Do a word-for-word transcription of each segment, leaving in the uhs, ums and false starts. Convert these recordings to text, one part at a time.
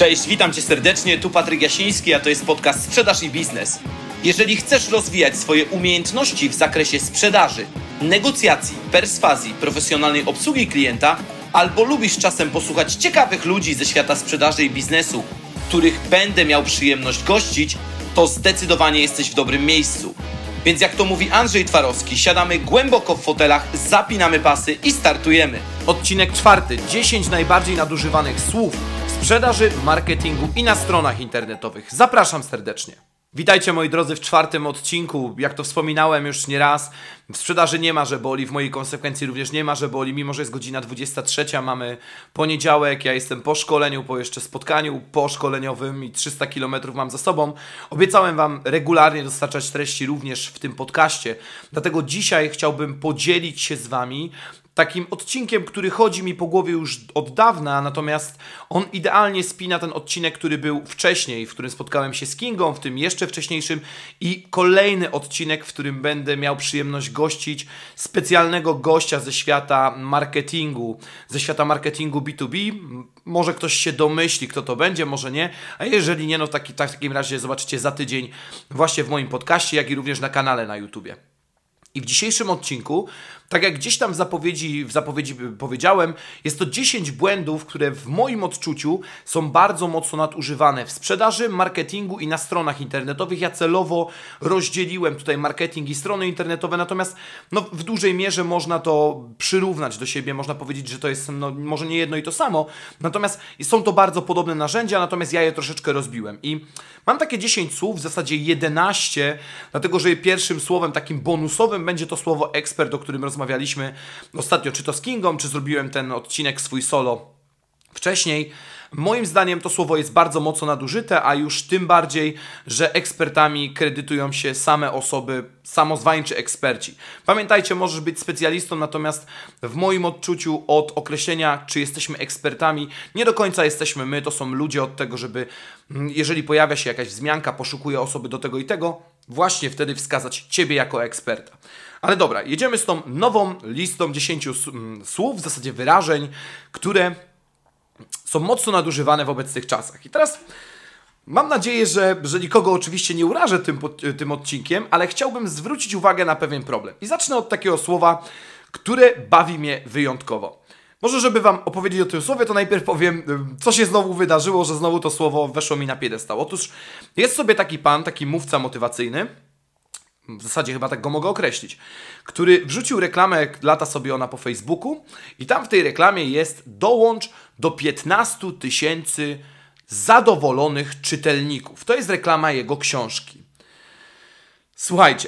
Cześć, witam Cię serdecznie, tu Patryk Jasiński, a to jest podcast Sprzedaż i Biznes. Jeżeli chcesz rozwijać swoje umiejętności w zakresie sprzedaży, negocjacji, perswazji, profesjonalnej obsługi klienta, albo lubisz czasem posłuchać ciekawych ludzi ze świata sprzedaży i biznesu, których będę miał przyjemność gościć, to zdecydowanie jesteś w dobrym miejscu. Więc jak to mówi Andrzej Twarowski, siadamy głęboko w fotelach, zapinamy pasy i startujemy. Odcinek czwarty. dziesięć najbardziej nadużywanych słów w sprzedaży, marketingu i na stronach internetowych. Zapraszam serdecznie. Witajcie moi drodzy w czwartym odcinku. Jak to wspominałem już nieraz, w sprzedaży nie ma, że boli, w mojej konsekwencji również nie ma, że boli, mimo że jest godzina dwudziesta trzecia, mamy poniedziałek, ja jestem po szkoleniu, po jeszcze spotkaniu poszkoleniowym i trzysta kilometrów mam za sobą. Obiecałem Wam regularnie dostarczać treści również w tym podcaście, dlatego dzisiaj chciałbym podzielić się z Wami takim odcinkiem, który chodzi mi po głowie już od dawna, natomiast on idealnie spina ten odcinek, który był wcześniej, w którym spotkałem się z Kingą, w tym jeszcze wcześniejszym i kolejny odcinek, w którym będę miał przyjemność gościć specjalnego gościa ze świata marketingu, ze świata marketingu B dwa B. Może ktoś się domyśli, kto to będzie, może nie, a jeżeli nie, no w, taki, tak, w takim razie zobaczycie za tydzień właśnie w moim podcaście, jak i również na kanale na YouTubie. I w dzisiejszym odcinku, tak jak gdzieś tam w zapowiedzi, w zapowiedzi powiedziałem, jest to dziesięć błędów, które w moim odczuciu są bardzo mocno nadużywane w sprzedaży, marketingu i na stronach internetowych. Ja celowo rozdzieliłem tutaj marketing i strony internetowe, natomiast no, w dużej mierze można to przyrównać do siebie, można powiedzieć, że to jest no, może nie jedno i to samo, natomiast są to bardzo podobne narzędzia, natomiast ja je troszeczkę rozbiłem. I mam takie dziesięć słów, w zasadzie jedenaście, dlatego że pierwszym słowem takim bonusowym będzie to słowo ekspert, o którym rozmawialiśmy ostatnio, czy to z Kingą, czy zrobiłem ten odcinek swój solo wcześniej. Moim zdaniem to słowo jest bardzo mocno nadużyte, a już tym bardziej, że ekspertami kredytują się same osoby, samozwańczy eksperci. Pamiętajcie, możesz być specjalistą, natomiast w moim odczuciu od określenia, czy jesteśmy ekspertami, nie do końca jesteśmy my, to są ludzie od tego, żeby jeżeli pojawia się jakaś wzmianka, poszukuje osoby do tego i tego, właśnie wtedy wskazać Ciebie jako eksperta. Ale dobra, jedziemy z tą nową listą dziesięciu słów, w zasadzie wyrażeń, które są mocno nadużywane w obecnych czasach. I teraz mam nadzieję, że, że nikogo oczywiście nie urażę tym, tym odcinkiem, ale chciałbym zwrócić uwagę na pewien problem. I zacznę od takiego słowa, które bawi mnie wyjątkowo. Może żeby Wam opowiedzieć o tym słowie, to najpierw powiem, co się znowu wydarzyło, że znowu to słowo weszło mi na piedestał. Otóż jest sobie taki pan, taki mówca motywacyjny, w zasadzie chyba tak go mogę określić, który wrzucił reklamę, lata sobie ona po Facebooku i tam w tej reklamie jest: dołącz do piętnastu tysięcy zadowolonych czytelników. To jest reklama jego książki. Słuchajcie,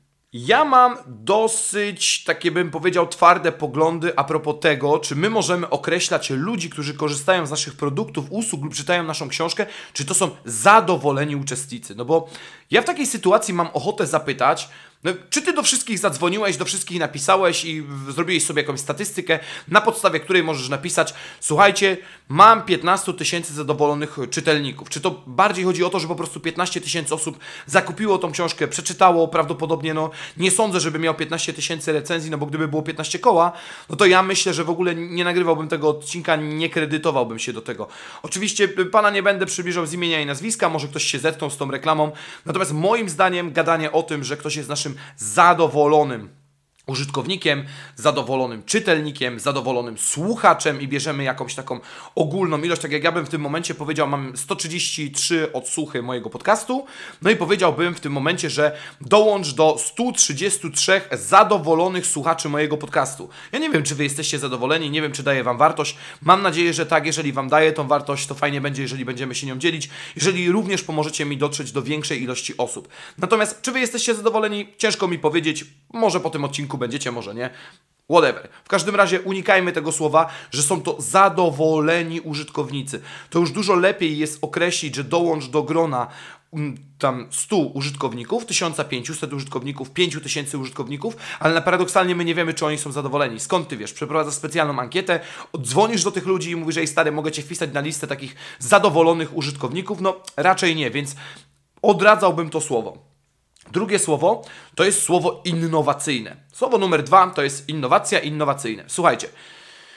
ja mam dosyć, takie bym powiedział, twarde poglądy a propos tego, czy my możemy określać ludzi, którzy korzystają z naszych produktów, usług lub czytają naszą książkę, czy to są zadowoleni uczestnicy. No bo ja w takiej sytuacji mam ochotę zapytać, no, czy ty do wszystkich zadzwoniłeś, do wszystkich napisałeś i zrobiłeś sobie jakąś statystykę, na podstawie której możesz napisać: słuchajcie, mam piętnastu tysięcy zadowolonych czytelników. Czy to bardziej chodzi o to, że po prostu piętnaście tysięcy osób zakupiło tą książkę, przeczytało, prawdopodobnie no nie sądzę, żeby miał piętnaście tysięcy recenzji, no bo gdyby było piętnaście koła, no to ja myślę, że w ogóle nie nagrywałbym tego odcinka, nie kredytowałbym się do tego. Oczywiście pana nie będę przybliżał z imienia i nazwiska, może ktoś się zetknął z tą reklamą, natomiast moim zdaniem gadanie o tym, że ktoś jest naszym zadowolonym użytkownikiem, zadowolonym czytelnikiem, zadowolonym słuchaczem i bierzemy jakąś taką ogólną ilość, tak jak ja bym w tym momencie powiedział, mam sto trzydzieści trzy odsłuchy mojego podcastu, no i powiedziałbym w tym momencie, że dołącz do stu trzydziestu trzech zadowolonych słuchaczy mojego podcastu. Ja nie wiem, czy Wy jesteście zadowoleni, nie wiem, czy daję Wam wartość, mam nadzieję, że tak. Jeżeli Wam daję tą wartość, to fajnie będzie, jeżeli będziemy się nią dzielić, jeżeli również pomożecie mi dotrzeć do większej ilości osób. Natomiast, czy Wy jesteście zadowoleni? Ciężko mi powiedzieć, może po tym odcinku będziecie, może nie. Whatever. W każdym razie unikajmy tego słowa, że są to zadowoleni użytkownicy. To już dużo lepiej jest określić, że dołącz do grona tam stu użytkowników, tysiąc pięćset użytkowników, pięć tysięcy użytkowników, ale paradoksalnie my nie wiemy, czy oni są zadowoleni. Skąd ty wiesz? Przeprowadzasz specjalną ankietę, dzwonisz do tych ludzi i mówisz, że ej stary, mogę cię wpisać na listę takich zadowolonych użytkowników? No raczej nie, więc odradzałbym to słowo. Drugie słowo to jest słowo innowacyjne. Słowo numer dwa to jest innowacja, innowacyjne. Słuchajcie,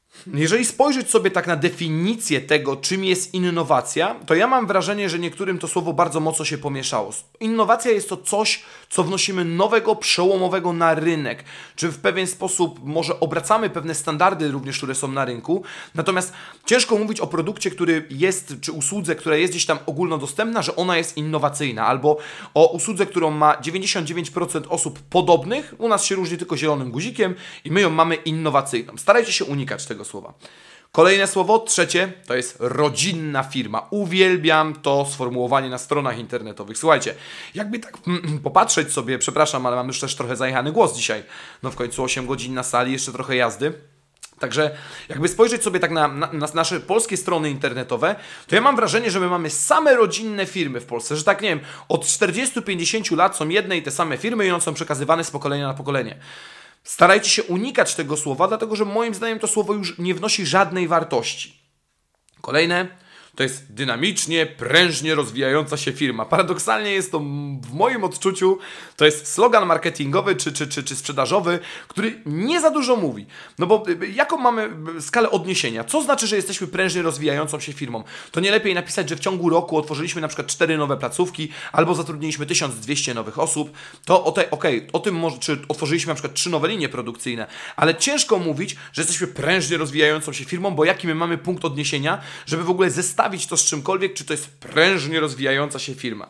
Jeżeli spojrzeć sobie tak na definicję tego, czym jest innowacja, to ja mam wrażenie, że niektórym to słowo bardzo mocno się pomieszało. Innowacja jest to coś, co wnosimy nowego, przełomowego na rynek, czy w pewien sposób może obracamy pewne standardy również, które są na rynku, natomiast ciężko mówić o produkcie, który jest, czy usłudze, która jest gdzieś tam ogólnodostępna, że ona jest innowacyjna, albo o usłudze, którą ma dziewięćdziesiąt dziewięć procent osób podobnych, u nas się różni tylko zielonym guzikiem i my ją mamy innowacyjną. Starajcie się unikać tego słowa. Kolejne słowo, trzecie, to jest rodzinna firma. Uwielbiam to sformułowanie na stronach internetowych. Słuchajcie, jakby tak popatrzeć sobie, przepraszam, ale mam już też trochę zajechany głos dzisiaj. No w końcu osiem godzin na sali, jeszcze trochę jazdy. Także jakby spojrzeć sobie tak na, na, na nasze polskie strony internetowe, to ja mam wrażenie, że my mamy same rodzinne firmy w Polsce, że tak nie wiem, od czterdziestu do pięćdziesięciu lat są jedne i te same firmy i one są przekazywane z pokolenia na pokolenie. Starajcie się unikać tego słowa, dlatego że moim zdaniem to słowo już nie wnosi żadnej wartości. Kolejne to jest dynamicznie, prężnie rozwijająca się firma. Paradoksalnie jest to w moim odczuciu, to jest slogan marketingowy czy, czy, czy, czy sprzedażowy, który nie za dużo mówi. No bo jaką mamy skalę odniesienia? Co znaczy, że jesteśmy prężnie rozwijającą się firmą? To nie lepiej napisać, że w ciągu roku otworzyliśmy na przykład cztery nowe placówki albo zatrudniliśmy tysiąc dwieście nowych osób. To o, te, okay, o tym może, czy otworzyliśmy na przykład trzy nowe linie produkcyjne, ale ciężko mówić, że jesteśmy prężnie rozwijającą się firmą, bo jaki my mamy punkt odniesienia, żeby w ogóle zestawić to z czymkolwiek, czy to jest prężnie rozwijająca się firma.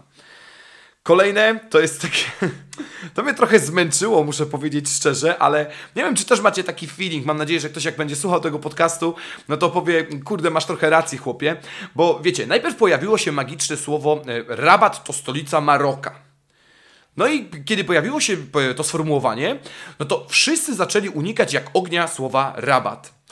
Kolejne to jest takie... To mnie trochę zmęczyło, muszę powiedzieć szczerze, ale nie wiem, czy też macie taki feeling. Mam nadzieję, że ktoś jak będzie słuchał tego podcastu, no to powie, kurde, masz trochę racji, chłopie. Bo wiecie, najpierw pojawiło się magiczne słowo Rabat to stolica Maroka. No i kiedy pojawiło się to sformułowanie, no to wszyscy zaczęli unikać jak ognia słowa rabat.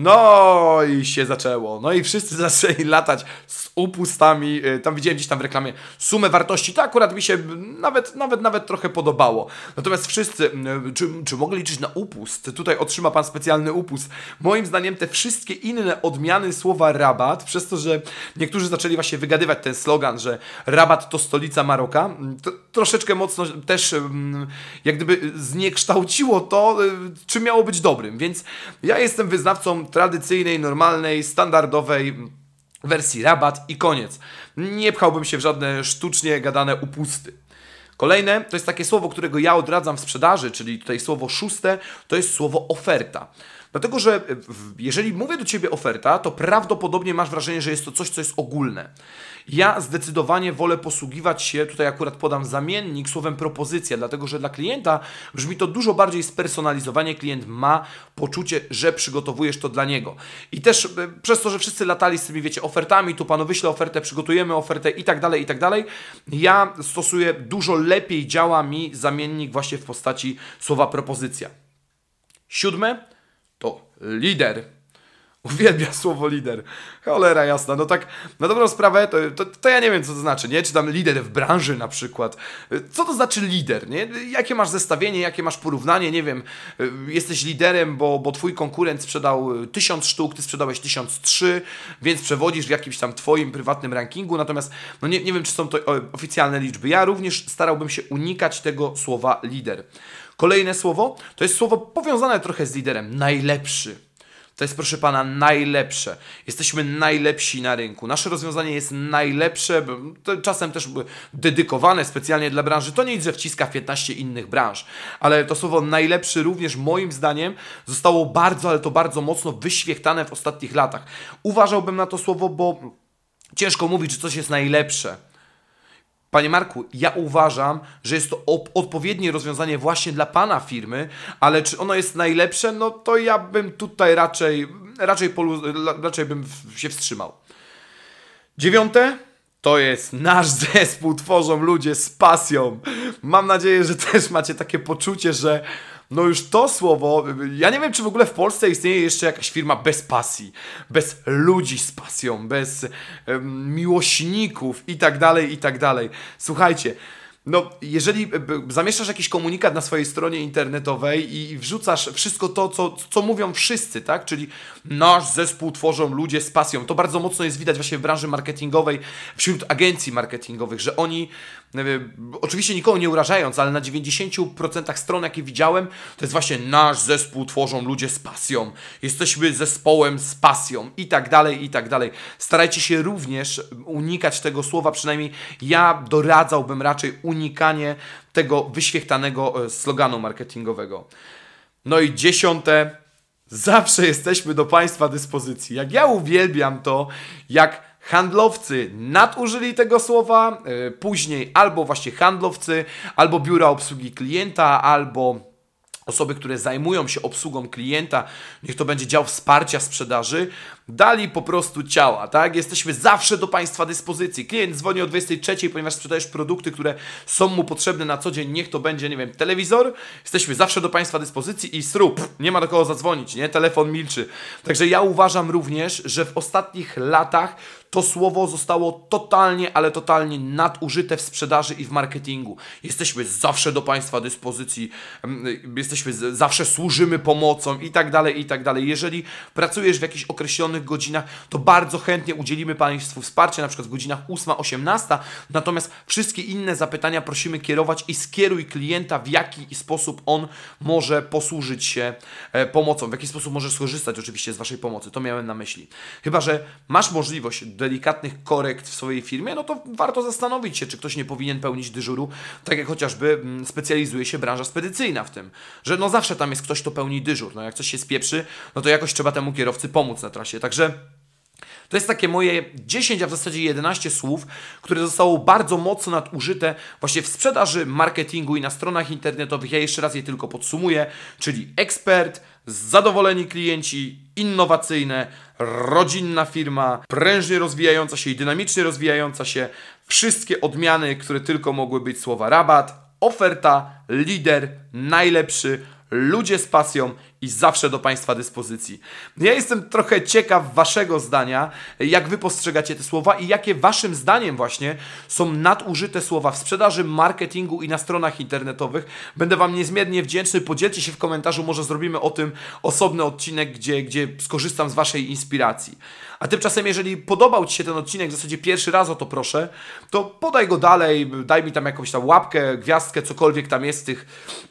No i się zaczęło. No i wszyscy zaczęli latać z upustami. Tam widziałem gdzieś tam w reklamie sumę wartości. To akurat mi się nawet, nawet, nawet trochę podobało. Natomiast wszyscy, czy, czy mogli liczyć na upust? Tutaj otrzyma pan specjalny upust. Moim zdaniem te wszystkie inne odmiany słowa rabat, przez to, że niektórzy zaczęli właśnie wygadywać ten slogan, że rabat to stolica Maroka, to troszeczkę mocno też jak gdyby zniekształciło to, czym miało być dobrym. Więc ja jestem wyznawcą tradycyjnej, normalnej, standardowej wersji rabat i koniec. Nie pchałbym się w żadne sztucznie gadane upusty. Kolejne to jest takie słowo, którego ja odradzam w sprzedaży, czyli tutaj słowo szóste, to jest słowo oferta. Dlatego, że jeżeli mówię do Ciebie oferta, to prawdopodobnie masz wrażenie, że jest to coś, co jest ogólne. Ja zdecydowanie wolę posługiwać się, tutaj akurat podam zamiennik, słowem propozycja, dlatego, że dla klienta brzmi to dużo bardziej spersonalizowanie. Klient ma poczucie, że przygotowujesz to dla niego. I też przez to, że wszyscy latali z tymi, wiecie, ofertami, tu Panu wyślę ofertę, przygotujemy ofertę i tak dalej, i tak dalej, ja stosuję, dużo lepiej działa mi zamiennik właśnie w postaci słowa propozycja. Siódme to lider. Uwielbiam słowo lider. Cholera jasna. No tak, na dobrą sprawę, to, to, to ja nie wiem, co to znaczy, nie? Czy tam lider w branży na przykład. Co to znaczy lider, nie? Jakie masz zestawienie, jakie masz porównanie, nie wiem. Jesteś liderem, bo, bo twój konkurent sprzedał tysiąc sztuk, ty sprzedałeś tysiąc trzy, więc przewodzisz w jakimś tam twoim prywatnym rankingu, natomiast no nie, nie wiem, czy są to oficjalne liczby. Ja również starałbym się unikać tego słowa lider. Kolejne słowo, to jest słowo powiązane trochę z liderem. Najlepszy. To jest, proszę Pana, najlepsze. Jesteśmy najlepsi na rynku. Nasze rozwiązanie jest najlepsze, to czasem też dedykowane specjalnie dla branży. To nic, że wciska w piętnaście innych branż. Ale to słowo najlepszy również moim zdaniem zostało bardzo, ale to bardzo mocno wyświechtane w ostatnich latach. Uważałbym na to słowo, bo ciężko mówić, że coś jest najlepsze. Panie Marku, ja uważam, że jest to op- odpowiednie rozwiązanie właśnie dla Pana firmy, ale czy ono jest najlepsze, no to ja bym tutaj raczej, raczej, polu- raczej bym w- się wstrzymał. Dziewiąte, to jest nasz zespół, tworzą ludzie z pasją. Mam nadzieję, że też macie takie poczucie, że no już to słowo, ja nie wiem, czy w ogóle w Polsce istnieje jeszcze jakaś firma bez pasji, bez ludzi z pasją, bez um, miłośników i tak dalej, i tak dalej. Słuchajcie, no jeżeli zamieszczasz jakiś komunikat na swojej stronie internetowej i wrzucasz wszystko to, co, co mówią wszyscy, tak? Czyli nasz zespół tworzą ludzie z pasją. To bardzo mocno jest widać właśnie w branży marketingowej, wśród agencji marketingowych, że oni oczywiście nikogo nie urażając, ale na dziewięćdziesiąt procent stron, jakie widziałem, to jest właśnie nasz zespół tworzą ludzie z pasją. Jesteśmy zespołem z pasją i tak dalej, i tak dalej. Starajcie się również unikać tego słowa, przynajmniej ja doradzałbym raczej unikanie tego wyświechtanego sloganu marketingowego. No i dziesiąte, zawsze jesteśmy do Państwa dyspozycji. Jak ja uwielbiam to, jak handlowcy nadużyli tego słowa, yy, później albo właśnie handlowcy, albo biura obsługi klienta, albo osoby, które zajmują się obsługą klienta, niech to będzie dział wsparcia sprzedaży, dali po prostu ciała, tak? Jesteśmy zawsze do Państwa dyspozycji. Klient dzwoni o dwudziestej trzeciej, ponieważ sprzedajesz produkty, które są mu potrzebne na co dzień, niech to będzie, nie wiem, telewizor, jesteśmy zawsze do Państwa dyspozycji i srób, nie ma do kogo zadzwonić, nie? Telefon milczy. Także ja uważam również, że w ostatnich latach to słowo zostało totalnie, ale totalnie nadużyte w sprzedaży i w marketingu. Jesteśmy zawsze do Państwa dyspozycji, jesteśmy, zawsze służymy pomocą i tak dalej, i tak dalej. Jeżeli pracujesz w jakichś określonych godzinach, to bardzo chętnie udzielimy Państwu wsparcia, na przykład w godzinach ósma osiemnasta, natomiast wszystkie inne zapytania prosimy kierować i skieruj klienta, w jaki sposób on może posłużyć się pomocą, w jaki sposób może skorzystać oczywiście z Waszej pomocy. To miałem na myśli. Chyba że masz możliwość delikatnych korekt w swojej firmie, no to warto zastanowić się, czy ktoś nie powinien pełnić dyżuru, tak jak chociażby specjalizuje się branża spedycyjna w tym, że no zawsze tam jest ktoś, kto pełni dyżur. No jak coś się spieprzy, no to jakoś trzeba temu kierowcy pomóc na trasie. Także to jest takie moje dziesięć, a w zasadzie jedenaście słów, które zostało bardzo mocno nadużyte właśnie w sprzedaży, marketingu i na stronach internetowych. Ja jeszcze raz je tylko podsumuję, czyli ekspert, zadowoleni klienci, innowacyjne, rodzinna firma, prężnie rozwijająca się i dynamicznie rozwijająca się, wszystkie odmiany, które tylko mogły być słowa rabat, oferta, lider, najlepszy, ludzie z pasją i zawsze do Państwa dyspozycji. Ja jestem trochę ciekaw Waszego zdania, jak Wy postrzegacie te słowa i jakie Waszym zdaniem właśnie są nadużyte słowa w sprzedaży, marketingu i na stronach internetowych. Będę Wam niezmiernie wdzięczny. Podzielcie się w komentarzu, może zrobimy o tym osobny odcinek, gdzie, gdzie skorzystam z Waszej inspiracji. A tymczasem, jeżeli podobał Ci się ten odcinek, w zasadzie pierwszy raz o to proszę, to podaj go dalej, daj mi tam jakąś tam łapkę, gwiazdkę, cokolwiek tam jest w tych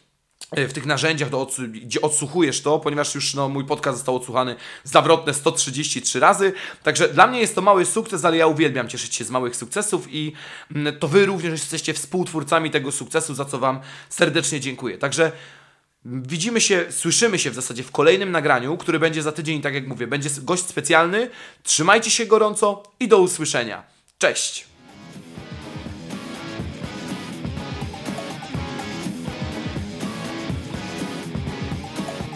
w tych narzędziach, do odsł- gdzie odsłuchujesz to, ponieważ już no, mój podcast został odsłuchany zawrotne sto trzydzieści trzy razy. Także dla mnie jest to mały sukces, ale ja uwielbiam cieszyć się z małych sukcesów i mm, to Wy również jesteście współtwórcami tego sukcesu, za co Wam serdecznie dziękuję. Także widzimy się, słyszymy się w zasadzie w kolejnym nagraniu, który będzie za tydzień, tak jak mówię, będzie gość specjalny. Trzymajcie się gorąco i do usłyszenia. Cześć!